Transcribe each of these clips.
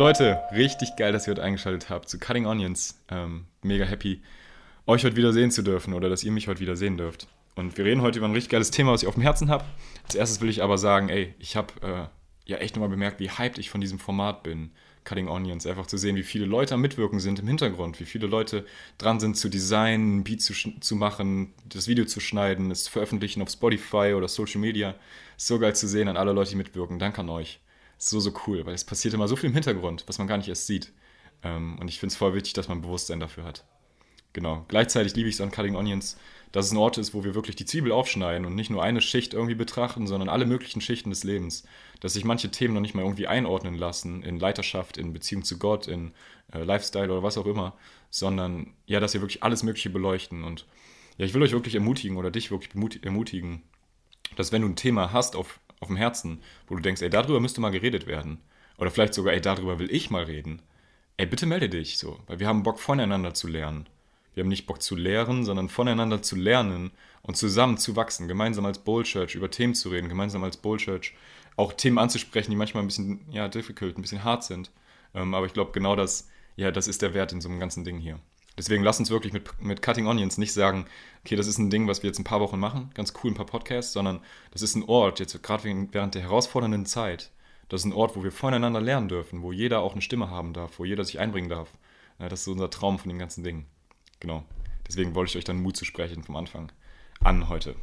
Leute, richtig geil, dass ihr heute eingeschaltet habt zu Cutting Onions. Mega happy, euch heute wieder sehen zu dürfen oder dass ihr mich heute wieder sehen dürft. Und wir reden heute über ein richtig geiles Thema, was ich auf dem Herzen habe. Als erstes will ich aber sagen, ich habe ja echt nochmal bemerkt, wie hyped ich von diesem Format bin. Cutting Onions, einfach zu sehen, wie viele Leute am Mitwirken sind im Hintergrund, wie viele Leute dran sind zu designen, ein Beat zu machen, das Video zu schneiden, es zu veröffentlichen auf Spotify oder Social Media. Ist so geil zu sehen an alle Leute, die mitwirken. Danke an euch. Ist so cool, weil es passiert immer so viel im Hintergrund, was man gar nicht erst sieht. Und ich finde es voll wichtig, dass man ein Bewusstsein dafür hat. Genau. Gleichzeitig liebe ich es an Cutting Onions, dass es ein Ort ist, wo wir wirklich die Zwiebel aufschneiden und nicht nur eine Schicht irgendwie betrachten, sondern alle möglichen Schichten des Lebens. Dass sich manche Themen noch nicht mal irgendwie einordnen lassen in Leiterschaft, in Beziehung zu Gott, in Lifestyle oder was auch immer, sondern ja, dass wir wirklich alles Mögliche beleuchten. Und ja, ich will euch wirklich ermutigen oder dich wirklich ermutigen, dass wenn du ein Thema hast auf dem Herzen, wo du denkst, darüber müsste mal geredet werden, oder vielleicht sogar, darüber will ich mal reden, bitte melde dich so, weil wir haben Bock voneinander zu lernen. Wir haben nicht Bock zu lehren, sondern voneinander zu lernen und zusammen zu wachsen, gemeinsam als Bold Church über Themen zu reden, gemeinsam als Bold Church auch Themen anzusprechen, die manchmal ein bisschen difficult, ein bisschen hart sind. Aber ich glaube, genau das, das ist der Wert in so einem ganzen Ding hier. Deswegen lass uns wirklich mit Cutting Onions nicht sagen, okay, das ist ein Ding, was wir jetzt ein paar Wochen machen, ganz cool, ein paar Podcasts, sondern das ist ein Ort, jetzt gerade während der herausfordernden Zeit, das ist ein Ort, wo wir voneinander lernen dürfen, wo jeder auch eine Stimme haben darf, wo jeder sich einbringen darf. Das ist so unser Traum von den ganzen Dingen. Genau. Deswegen wollte ich euch dann Mut zu sprechen vom Anfang an heute.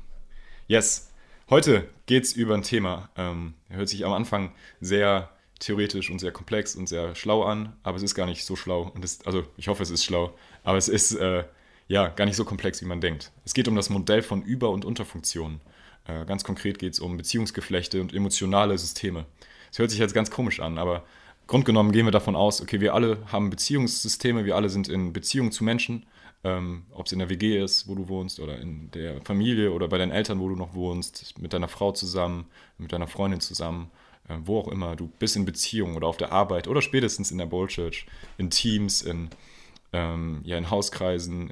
Yes, heute geht's über ein Thema. Hört sich am Anfang sehr theoretisch und sehr komplex und sehr schlau an, aber es ist gar nicht so schlau. Also ich hoffe, es ist schlau, aber es ist gar nicht so komplex, wie man denkt. Es geht um das Modell von Über- und Unterfunktionen. Ganz konkret geht es um Beziehungsgeflechte und emotionale Systeme. Es hört sich jetzt ganz komisch an, aber grundgenommen gehen wir davon aus, okay, wir alle haben Beziehungssysteme, wir alle sind in Beziehung zu Menschen, ob es in der WG ist, wo du wohnst, oder in der Familie oder bei deinen Eltern, wo du noch wohnst, mit deiner Frau zusammen, mit deiner Freundin zusammen, wo auch immer. Du bist in Beziehung oder auf der Arbeit oder spätestens in der Bold Church, in Teams, in Hauskreisen,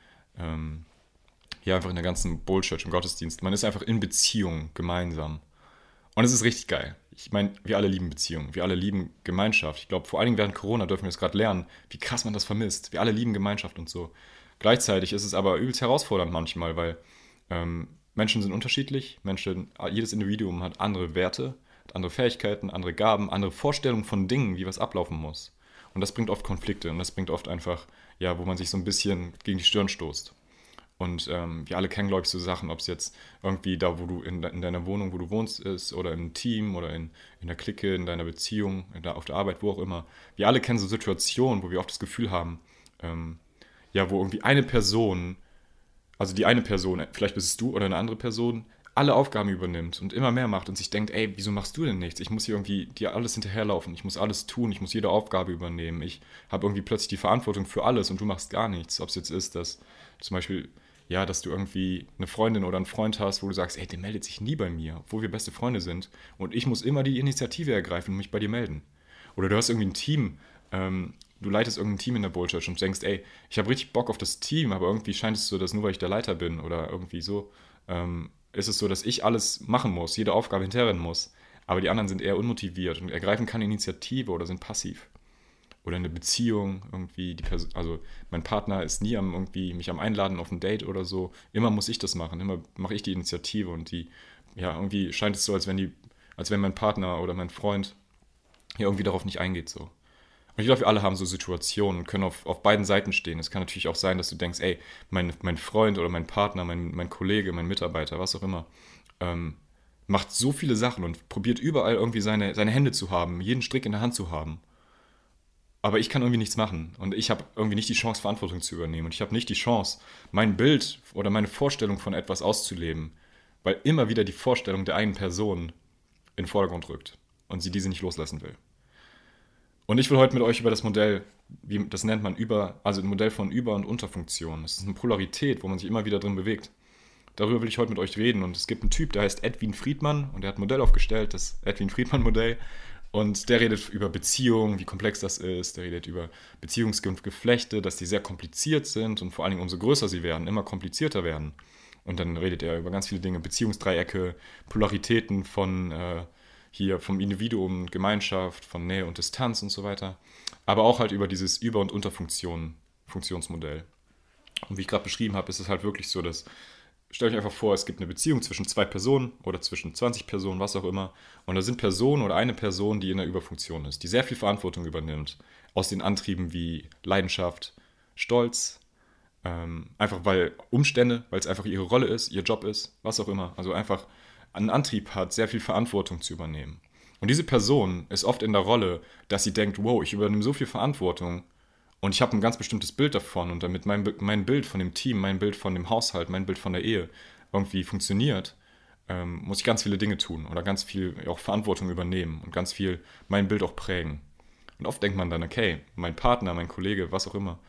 einfach in der ganzen Bold Church, im Gottesdienst. Man ist einfach in Beziehung gemeinsam. Und es ist richtig geil. Ich meine, wir alle lieben Beziehungen, wir alle lieben Gemeinschaft. Ich glaube, vor allen Dingen während Corona dürfen wir es gerade lernen, wie krass man das vermisst. Wir alle lieben Gemeinschaft und so. Gleichzeitig ist es aber übelst herausfordernd manchmal, weil Menschen sind unterschiedlich. Jedes Individuum hat andere Werte, hat andere Fähigkeiten, andere Gaben, andere Vorstellungen von Dingen, wie was ablaufen muss. Und das bringt oft Konflikte und das bringt oft einfach, wo man sich so ein bisschen gegen die Stirn stoßt. Und wir alle kennen, glaube ich, so Sachen, ob es jetzt irgendwie da, wo du in deiner Wohnung, wo du wohnst, ist, oder im Team oder in der Clique, in deiner Beziehung, auf der Arbeit, wo auch immer. Wir alle kennen so Situationen, wo wir oft das Gefühl haben, wo irgendwie eine Person, also die eine Person, vielleicht bist es du oder eine andere Person, alle Aufgaben übernimmt und immer mehr macht und sich denkt, wieso machst du denn nichts? Ich muss hier irgendwie dir alles hinterherlaufen, ich muss alles tun, ich muss jede Aufgabe übernehmen, ich habe irgendwie plötzlich die Verantwortung für alles und du machst gar nichts. Ob es jetzt ist, dass zum Beispiel, dass du irgendwie eine Freundin oder einen Freund hast, wo du sagst, der meldet sich nie bei mir, obwohl wir beste Freunde sind und ich muss immer die Initiative ergreifen und mich bei dir melden. Oder du hast irgendwie ein Team, du leitest irgendein Team in der Bold Church und denkst, ich habe richtig Bock auf das Team, aber irgendwie scheint es so, dass nur weil ich der Leiter bin oder irgendwie so, ist es so, dass ich alles machen muss, jede Aufgabe hinterrennen muss, aber die anderen sind eher unmotiviert und ergreifen keine Initiative oder sind passiv. Oder eine Beziehung, irgendwie, also mein Partner ist nie mich am Einladen auf ein Date oder so, immer muss ich das machen, immer mache ich die Initiative und irgendwie scheint es so, als wenn mein Partner oder mein Freund irgendwie darauf nicht eingeht, so. Und ich glaube, wir alle haben so Situationen und können auf beiden Seiten stehen. Es kann natürlich auch sein, dass du denkst, mein Freund oder mein Partner, mein Kollege, mein Mitarbeiter, was auch immer, macht so viele Sachen und probiert überall irgendwie seine Hände zu haben, jeden Strick in der Hand zu haben. Aber ich kann irgendwie nichts machen und ich habe irgendwie nicht die Chance, Verantwortung zu übernehmen und ich habe nicht die Chance, mein Bild oder meine Vorstellung von etwas auszuleben, weil immer wieder die Vorstellung der einen Person in den Vordergrund rückt und sie diese nicht loslassen will. Und ich will heute mit euch über das Modell, das nennt man ein Modell von Über- und Unterfunktion. Das ist eine Polarität, wo man sich immer wieder drin bewegt. Darüber will ich heute mit euch reden. Und es gibt einen Typ, der heißt Edwin Friedman und der hat ein Modell aufgestellt, das Edwin-Friedman-Modell. Und der redet über Beziehungen, wie komplex das ist. Der redet über Beziehungsgeflechte, dass die sehr kompliziert sind und vor allen Dingen umso größer sie werden, immer komplizierter werden. Und dann redet er über ganz viele Dinge, Beziehungsdreiecke, Polaritäten von hier vom Individuum, Gemeinschaft, von Nähe und Distanz und so weiter, aber auch halt über dieses Über- und Funktionsmodell. Und wie ich gerade beschrieben habe, ist es halt wirklich so, dass, stellt euch einfach vor, es gibt eine Beziehung zwischen zwei Personen oder zwischen 20 Personen, was auch immer, und da sind Personen oder eine Person, die in der Überfunktion ist, die sehr viel Verantwortung übernimmt, aus den Antrieben wie Leidenschaft, Stolz, einfach weil Umstände, weil es einfach ihre Rolle ist, ihr Job ist, was auch immer. Also einfach einen Antrieb hat, sehr viel Verantwortung zu übernehmen. Und diese Person ist oft in der Rolle, dass sie denkt, wow, ich übernehme so viel Verantwortung und ich habe ein ganz bestimmtes Bild davon und damit mein Bild von dem Team, mein Bild von dem Haushalt, mein Bild von der Ehe irgendwie funktioniert, muss ich ganz viele Dinge tun oder ganz viel auch Verantwortung übernehmen und ganz viel mein Bild auch prägen. Und oft denkt man dann, okay, mein Partner, mein Kollege, was auch immer,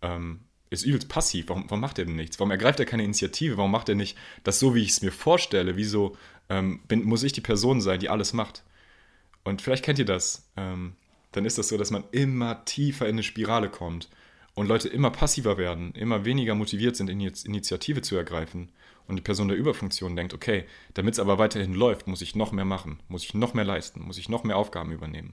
ist übelst passiv. Warum macht er denn nichts? Warum ergreift er keine Initiative? Warum macht er nicht das so, wie ich es mir vorstelle? Wieso muss ich die Person sein, die alles macht? Und vielleicht kennt ihr das. Dann ist das so, dass man immer tiefer in eine Spirale kommt und Leute immer passiver werden, immer weniger motiviert sind, Initiative zu ergreifen. Und die Person der Überfunktion denkt, okay, damit es aber weiterhin läuft, muss ich noch mehr machen, muss ich noch mehr leisten, muss ich noch mehr Aufgaben übernehmen.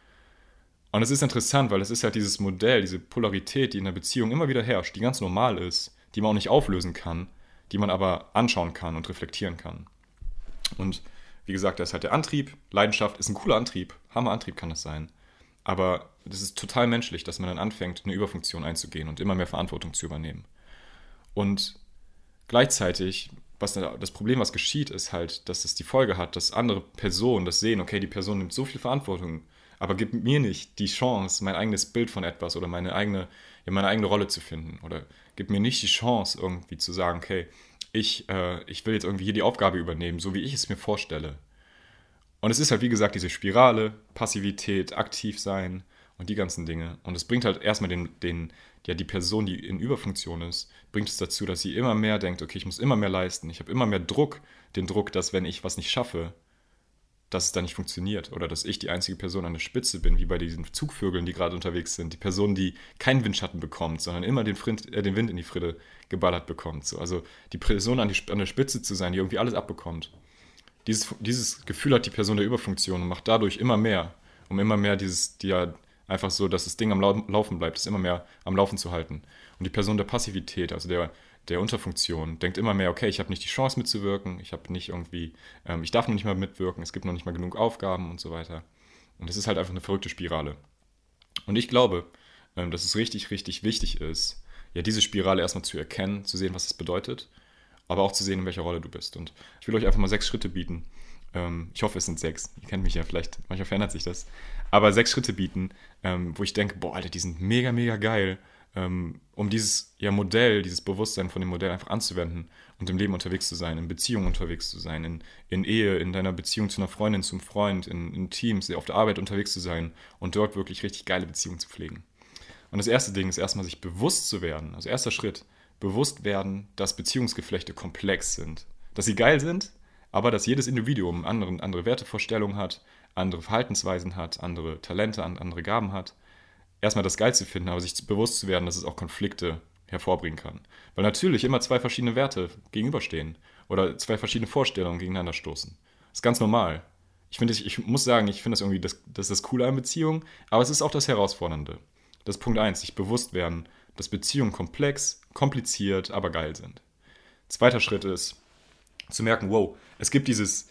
Und es ist interessant, weil es ist halt dieses Modell, diese Polarität, die in der Beziehung immer wieder herrscht, die ganz normal ist, die man auch nicht auflösen kann, die man aber anschauen kann und reflektieren kann. Und wie gesagt, da ist halt der Antrieb, Leidenschaft ist ein cooler Antrieb, Hammerantrieb kann das sein. Aber das ist total menschlich, dass man dann anfängt, eine Überfunktion einzugehen und immer mehr Verantwortung zu übernehmen. Und gleichzeitig, das Problem, was geschieht, ist halt, dass es die Folge hat, dass andere Personen das sehen, okay, die Person nimmt so viel Verantwortung, aber gibt mir nicht die Chance, mein eigenes Bild von etwas oder meine eigene Rolle zu finden. Oder gibt mir nicht die Chance, irgendwie zu sagen, okay, ich will jetzt irgendwie hier die Aufgabe übernehmen, so wie ich es mir vorstelle. Und es ist halt, wie gesagt, diese Spirale, Passivität, aktiv sein und die ganzen Dinge. Und es bringt halt erstmal die Person, die in Überfunktion ist, bringt es dazu, dass sie immer mehr denkt, okay, ich muss immer mehr leisten, ich habe immer mehr Druck, den Druck, dass wenn ich was nicht schaffe, dass es dann nicht funktioniert oder dass ich die einzige Person an der Spitze bin, wie bei diesen Zugvögeln, die gerade unterwegs sind. Die Person, die keinen Windschatten bekommt, sondern immer den Wind in die Frille geballert bekommt. So, also die Person an der Spitze zu sein, die irgendwie alles abbekommt. Dieses Gefühl hat die Person der Überfunktion und macht dadurch immer mehr, um immer mehr einfach so, dass das Ding am Laufen bleibt, es immer mehr am Laufen zu halten. Und die Person der Passivität, also der Unterfunktion, denkt immer mehr, okay, ich habe nicht die Chance mitzuwirken, ich darf noch nicht mal mitwirken, es gibt noch nicht mal genug Aufgaben und so weiter. Und das ist halt einfach eine verrückte Spirale. Und ich glaube, dass es richtig, richtig wichtig ist, ja, diese Spirale erstmal zu erkennen, zu sehen, was das bedeutet, aber auch zu sehen, in welcher Rolle du bist. Und ich will euch einfach mal 6 Schritte bieten. Ich hoffe, es sind 6. Ihr kennt mich ja vielleicht, manchmal verändert sich das. Aber 6 Schritte bieten, wo ich denke, boah, Alter, die sind mega, mega geil, um dieses Modell, dieses Bewusstsein von dem Modell einfach anzuwenden und im Leben unterwegs zu sein, in Beziehungen unterwegs zu sein, in Ehe, in deiner Beziehung zu einer Freundin, zum Freund, in Teams, auf der Arbeit unterwegs zu sein und dort wirklich richtig geile Beziehungen zu pflegen. Und das erste Ding ist erstmal, sich bewusst zu werden, also erster Schritt, bewusst werden, dass Beziehungsgeflechte komplex sind. Dass sie geil sind, aber dass jedes Individuum andere Wertevorstellungen hat, andere Verhaltensweisen hat, andere Talente, andere Gaben hat. Erstmal das geil zu finden, aber sich bewusst zu werden, dass es auch Konflikte hervorbringen kann. Weil natürlich immer 2 verschiedene Werte gegenüberstehen oder 2 verschiedene Vorstellungen gegeneinander stoßen. Das ist ganz normal. Ich muss sagen, ich finde das ist das Coole an Beziehungen, aber es ist auch das Herausfordernde. Das ist Punkt 1, sich bewusst werden, dass Beziehungen komplex, kompliziert, aber geil sind. Zweiter Schritt ist, zu merken, wow, es gibt diese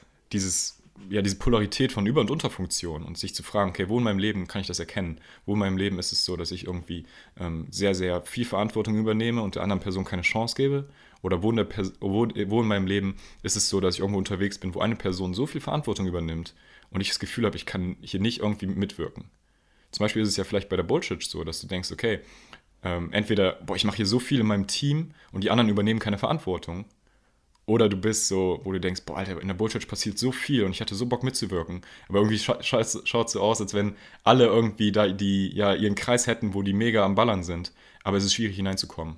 Polarität von Über- und Unterfunktion und sich zu fragen, okay, wo in meinem Leben kann ich das erkennen? Wo in meinem Leben ist es so, dass ich irgendwie sehr, sehr viel Verantwortung übernehme und der anderen Person keine Chance gebe? Oder wo in meinem Leben ist es so, dass ich irgendwo unterwegs bin, wo eine Person so viel Verantwortung übernimmt und ich das Gefühl habe, ich kann hier nicht irgendwie mitwirken? Zum Beispiel ist es ja vielleicht bei der Bullshit so, dass du denkst, okay, entweder, ich mache hier so viel in meinem Team und die anderen übernehmen keine Verantwortung. Oder du bist so, wo du denkst, Alter, in der Bullshit passiert so viel und ich hatte so Bock mitzuwirken. Aber irgendwie schaut es so aus, als wenn alle irgendwie da ihren Kreis hätten, wo die mega am Ballern sind. Aber es ist schwierig hineinzukommen.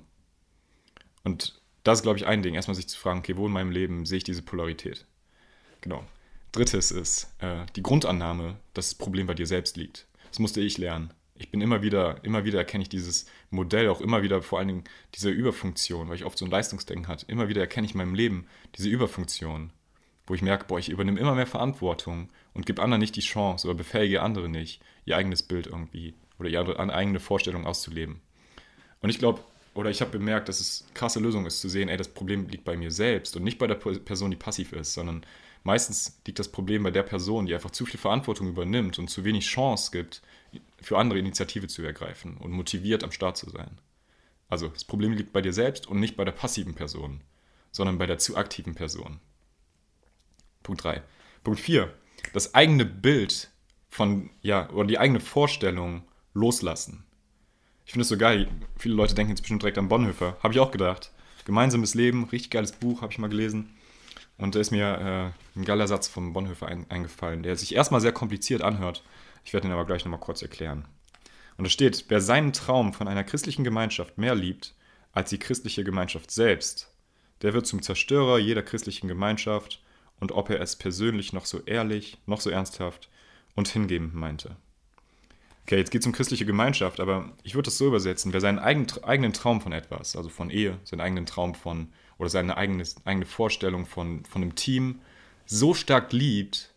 Und das ist, glaube ich, ein Ding. Erstmal sich zu fragen, okay, wo in meinem Leben sehe ich diese Polarität? Genau. Drittes ist die Grundannahme, dass das Problem bei dir selbst liegt. Das musste ich lernen. Ich bin immer wieder erkenne ich dieses Modell, auch immer wieder vor allen Dingen diese Überfunktion, weil ich oft so ein Leistungsdenken hatte. Immer wieder erkenne ich in meinem Leben diese Überfunktion. wo ich merke, boah, ich übernehme immer mehr Verantwortung und gebe anderen nicht die Chance oder befähige andere nicht, ihr eigenes Bild irgendwie oder ihre eigene Vorstellung auszuleben. Und ich glaube, oder ich habe bemerkt, dass es eine krasse Lösung ist, zu sehen, ey, das Problem liegt bei mir selbst und nicht bei der Person, die passiv ist, sondern meistens liegt das Problem bei der Person, die einfach zu viel Verantwortung übernimmt und zu wenig Chance gibt, für andere Initiative zu ergreifen und motiviert am Start zu sein. Also das Problem liegt bei dir selbst und nicht bei der passiven Person, sondern bei der zu aktiven Person. Punkt 3. Punkt 4. Das eigene Bild oder die eigene Vorstellung loslassen. Ich finde es so geil. Viele Leute denken jetzt bestimmt direkt an Bonhoeffer. Habe ich auch gedacht. Gemeinsames Leben, richtig geiles Buch, habe ich mal gelesen. Und da ist mir ein geiler Satz von Bonhoeffer eingefallen, der sich erstmal sehr kompliziert anhört. Ich werde ihn aber gleich nochmal kurz erklären. Und da steht, wer seinen Traum von einer christlichen Gemeinschaft mehr liebt als die christliche Gemeinschaft selbst, der wird zum Zerstörer jeder christlichen Gemeinschaft und ob er es persönlich noch so ehrlich, noch so ernsthaft und hingebend meinte. Okay, jetzt geht es um christliche Gemeinschaft, aber ich würde das so übersetzen, wer seinen eigenen Traum von etwas, also von Ehe, seinen eigenen Traum von, oder seine eigene Vorstellung von einem Team so stark liebt,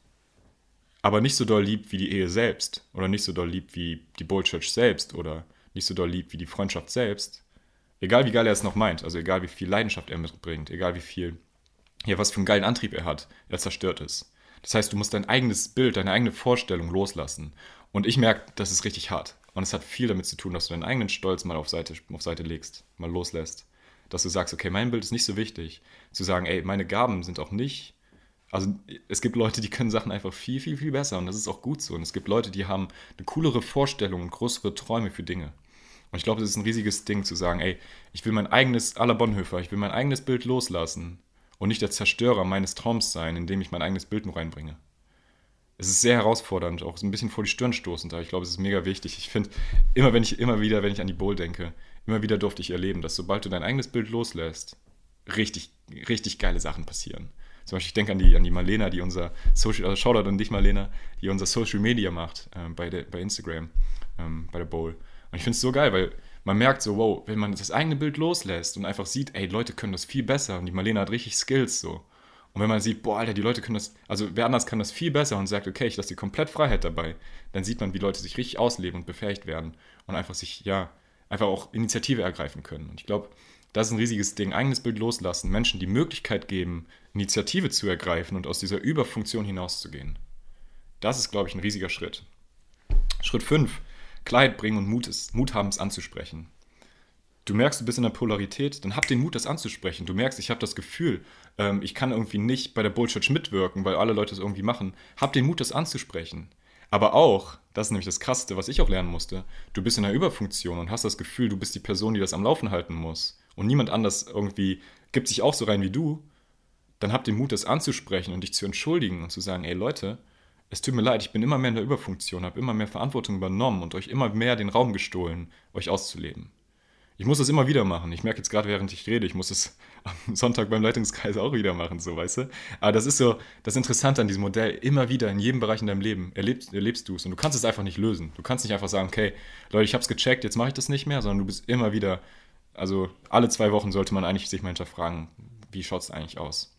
aber nicht so doll liebt wie die Ehe selbst oder nicht so doll liebt wie die Bold Church selbst oder nicht so doll liebt wie die Freundschaft selbst, egal wie geil er es noch meint, also egal wie viel Leidenschaft er mitbringt, egal wie viel, was für einen geilen Antrieb er hat, er zerstört ist. Das heißt, du musst dein eigenes Bild, deine eigene Vorstellung loslassen. Und ich merke, das ist richtig hart. Und es hat viel damit zu tun, dass du deinen eigenen Stolz mal auf Seite legst, mal loslässt. Dass du sagst, okay, mein Bild ist nicht so wichtig. Zu sagen, ey, meine Gaben sind auch nicht. Also es gibt Leute, die können Sachen einfach viel, viel, viel besser. Und das ist auch gut so. Und es gibt Leute, die haben eine coolere Vorstellung und größere Träume für Dinge. Und ich glaube, das ist ein riesiges Ding zu sagen, ey, ich will mein eigenes, à la Bonhoeffer, ich will mein eigenes Bild loslassen. Und nicht der Zerstörer meines Traums sein, indem ich mein eigenes Bild nur reinbringe. Es ist sehr herausfordernd, auch so ein bisschen vor die Stirn stoßend, aber ich glaube, es ist mega wichtig. Ich finde, wenn ich an die Bowl denke, immer wieder durfte ich erleben, dass sobald du dein eigenes Bild loslässt, richtig, richtig geile Sachen passieren. Zum Beispiel, ich denke an die Marlena, die unser Shoutout an dich, Marlena, die unser Social Media macht bei Instagram, bei der Bowl. Und ich finde es so geil, weil man merkt so, wow, wenn man das eigene Bild loslässt und einfach sieht, ey, Leute können das viel besser und die Marlena hat richtig Skills so. Und wenn man sieht, boah, Alter, die Leute können das, also wer anders kann das viel besser und sagt, okay, ich lasse die komplett Freiheit dabei, dann sieht man, wie Leute sich richtig ausleben und befähigt werden und einfach einfach auch Initiative ergreifen können. Und ich glaube, das ist ein riesiges Ding, eigenes Bild loslassen, Menschen die Möglichkeit geben, Initiative zu ergreifen und aus dieser Überfunktion hinauszugehen. Das ist, glaube ich, ein riesiger Schritt. Schritt 5, Klarheit bringen und Mut haben, es anzusprechen. Du merkst, du bist in der Polarität, dann hab den Mut, das anzusprechen. Du merkst, ich habe das Gefühl, ich kann irgendwie nicht bei der Bold Church mitwirken, weil alle Leute das irgendwie machen. Hab den Mut, das anzusprechen. Aber auch, das ist nämlich das Krasseste, was ich auch lernen musste, du bist in der Überfunktion und hast das Gefühl, du bist die Person, die das am Laufen halten muss. Und niemand anders irgendwie gibt sich auch so rein wie du. Dann hab den Mut, das anzusprechen und dich zu entschuldigen und zu sagen, ey Leute, es tut mir leid, ich bin immer mehr in der Überfunktion, habe immer mehr Verantwortung übernommen und euch immer mehr den Raum gestohlen, euch auszuleben. Ich muss das immer wieder machen. Ich merke jetzt gerade, während ich rede, ich muss es am Sonntag beim Leitungskreis auch wieder machen, so, weißt du? Aber das ist so das Interessante an diesem Modell. Immer wieder in jedem Bereich in deinem Leben erlebst du es und du kannst es einfach nicht lösen. Du kannst nicht einfach sagen, okay, Leute, ich habe es gecheckt, jetzt mache ich das nicht mehr, sondern du bist immer wieder, also alle 2 Wochen sollte man eigentlich sich mal hinterfragen, wie schaut es eigentlich aus?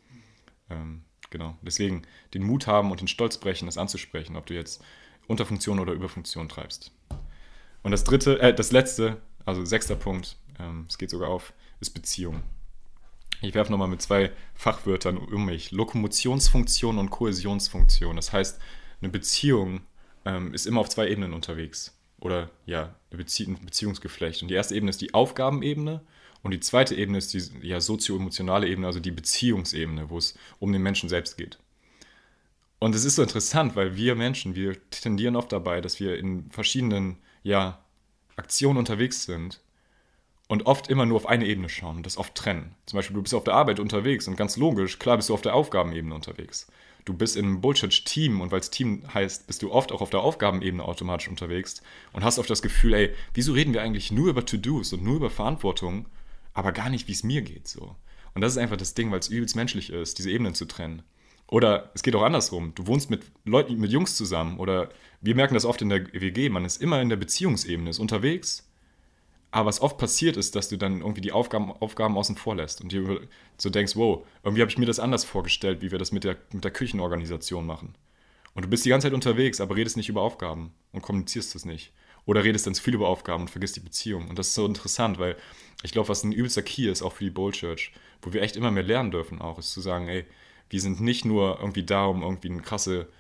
Genau, deswegen den Mut haben und den Stolz brechen, das anzusprechen, ob du jetzt Unterfunktion oder Überfunktion treibst. Und das letzte, also 6. Punkt, es geht sogar auf, ist Beziehung. Ich werfe nochmal mit 2 Fachwörtern um mich. Lokomotionsfunktion und Kohäsionsfunktion. Das heißt, eine Beziehung ist immer auf 2 Ebenen unterwegs. Oder ja, ein Beziehungsgeflecht. Und die erste Ebene ist die Aufgabenebene und die zweite Ebene ist die sozio-emotionale Ebene, also die Beziehungsebene, wo es um den Menschen selbst geht. Und es ist so interessant, weil wir Menschen, wir tendieren oft dabei, dass wir in verschiedenen Aktionen unterwegs sind und oft immer nur auf eine Ebene schauen und das oft trennen. Zum Beispiel, du bist auf der Arbeit unterwegs und ganz logisch, klar bist du auf der Aufgabenebene unterwegs. Du bist in einem Bullshit-Team und weil es Team heißt, bist du oft auch auf der Aufgabenebene automatisch unterwegs und hast oft das Gefühl, ey, wieso reden wir eigentlich nur über To-Dos und nur über Verantwortung, aber gar nicht, wie es mir geht so. Und das ist einfach das Ding, weil es übelst menschlich ist, diese Ebenen zu trennen. Oder es geht auch andersrum. Du wohnst mit Leuten, mit Jungs zusammen oder wir merken das oft in der WG, man ist immer in der Beziehungsebene, ist unterwegs, Aber was oft passiert ist, dass du dann irgendwie die Aufgaben außen vor lässt und dir so denkst, wow, irgendwie habe ich mir das anders vorgestellt, wie wir das mit der Küchenorganisation machen. Und du bist die ganze Zeit unterwegs, aber redest nicht über Aufgaben und kommunizierst es nicht. Oder redest dann zu viel über Aufgaben und vergisst die Beziehung. Und das ist so interessant, weil ich glaube, was ein übelster Key ist, auch für die Bold Church, wo wir echt immer mehr lernen dürfen auch, ist zu sagen, ey, wir sind nicht nur irgendwie da, um irgendwie eine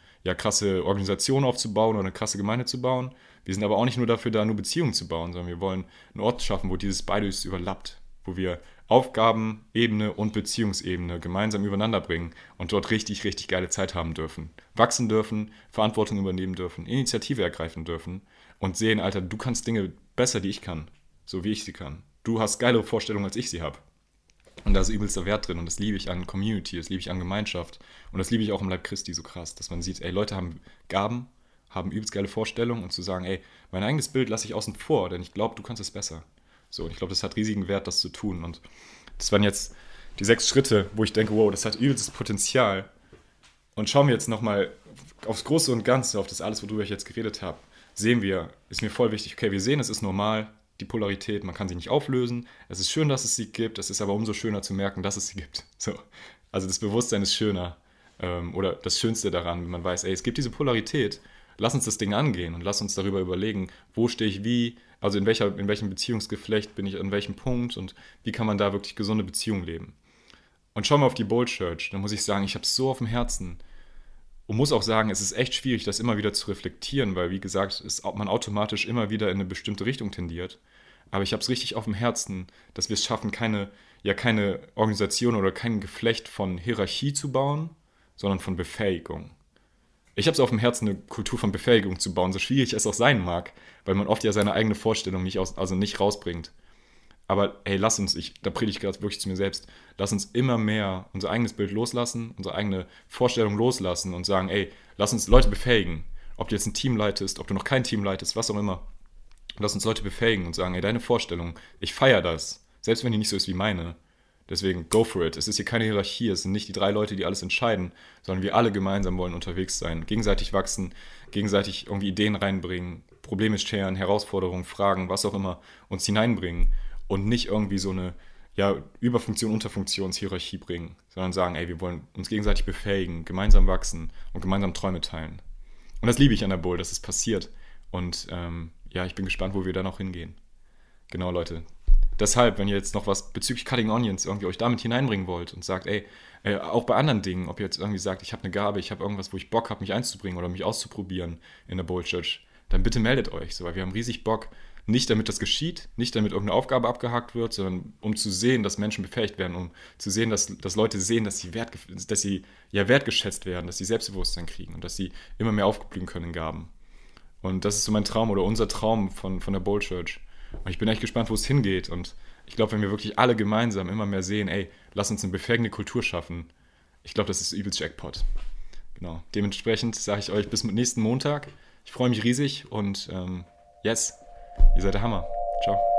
krasse Organisation aufzubauen oder eine krasse Gemeinde zu bauen. Wir sind aber auch nicht nur dafür da, nur Beziehungen zu bauen, sondern wir wollen einen Ort schaffen, wo dieses beides überlappt, wo wir Aufgabenebene und Beziehungsebene gemeinsam übereinander bringen und dort richtig, richtig geile Zeit haben dürfen. Wachsen dürfen, Verantwortung übernehmen dürfen, Initiative ergreifen dürfen und sehen, Alter, du kannst Dinge besser, die ich kann, so wie ich sie kann. Du hast geilere Vorstellungen, als ich sie habe. Und da ist übelster Wert drin und das liebe ich an Community, das liebe ich an Gemeinschaft und das liebe ich auch im Leib Christi so krass, dass man sieht, ey, Leute haben Gaben, haben übelst geile Vorstellungen und zu sagen, ey, mein eigenes Bild lasse ich außen vor, denn ich glaube, du kannst es besser. So, und ich glaube, das hat riesigen Wert, das zu tun. Und das waren jetzt die 6 Schritte, wo ich denke, wow, das hat übelstes Potenzial. Und schauen wir jetzt nochmal aufs Große und Ganze, auf das alles, worüber ich jetzt geredet habe, sehen wir, ist mir voll wichtig, okay, wir sehen, es ist normal, die Polarität, man kann sie nicht auflösen. Es ist schön, dass es sie gibt, es ist aber umso schöner zu merken, dass es sie gibt. So. Also das Bewusstsein ist schöner oder das Schönste daran, wenn man weiß, ey, es gibt diese Polarität, lass uns das Ding angehen und lass uns darüber überlegen, wo stehe ich wie, also in welchem Beziehungsgeflecht bin ich an welchem Punkt und wie kann man da wirklich gesunde Beziehungen leben. Und schauen wir auf die Bold Church, da muss ich sagen, ich habe es so auf dem Herzen und muss auch sagen, es ist echt schwierig, das immer wieder zu reflektieren, weil, wie gesagt, man automatisch immer wieder in eine bestimmte Richtung tendiert. Aber ich habe es richtig auf dem Herzen, dass wir es schaffen, keine Organisation oder kein Geflecht von Hierarchie zu bauen, sondern von Befähigung. Ich habe es auf dem Herzen, eine Kultur von Befähigung zu bauen, so schwierig es auch sein mag, weil man oft ja seine eigene Vorstellung nicht rausbringt. Aber hey, da predige ich gerade wirklich zu mir selbst, lass uns immer mehr unser eigenes Bild loslassen, unsere eigene Vorstellung loslassen und sagen, ey, lass uns Leute befähigen. Ob du jetzt ein Team leitest, ob du noch kein Team leitest, was auch immer. Lass uns Leute befähigen und sagen, ey, deine Vorstellung, ich feiere das, selbst wenn die nicht so ist wie meine. Deswegen, go for it. Es ist hier keine Hierarchie, es sind nicht die 3 Leute, die alles entscheiden, sondern wir alle gemeinsam wollen unterwegs sein, gegenseitig wachsen, gegenseitig irgendwie Ideen reinbringen, Probleme scheren, Herausforderungen, Fragen, was auch immer, uns hineinbringen und nicht irgendwie so eine Überfunktion, Unterfunktionshierarchie bringen, sondern sagen, ey, wir wollen uns gegenseitig befähigen, gemeinsam wachsen und gemeinsam Träume teilen. Und das liebe ich an der Bull, dass es passiert. Und ich bin gespannt, wo wir da noch hingehen. Genau, Leute. Deshalb, wenn ihr jetzt noch was bezüglich Cutting Onions irgendwie euch damit hineinbringen wollt und sagt, ey, auch bei anderen Dingen, ob ihr jetzt irgendwie sagt, ich habe eine Gabe, ich habe irgendwas, wo ich Bock habe, mich einzubringen oder mich auszuprobieren in der Bold Church, dann bitte meldet euch, so, weil wir haben riesig Bock, nicht damit das geschieht, nicht damit irgendeine Aufgabe abgehakt wird, sondern um zu sehen, dass Menschen befähigt werden, um zu sehen, dass Leute sehen, dass sie wertgeschätzt werden, dass sie Selbstbewusstsein kriegen und dass sie immer mehr aufblühen können in Gaben. Und das ist so mein Traum oder unser Traum von der Bold Church. Und ich bin echt gespannt, wo es hingeht. Und ich glaube, wenn wir wirklich alle gemeinsam immer mehr sehen, ey, lass uns eine befähigende Kultur schaffen, ich glaube, das ist übelst Jackpot. Genau. Dementsprechend sage ich euch bis nächsten Montag. Ich freue mich riesig und yes, ihr seid der Hammer. Ciao.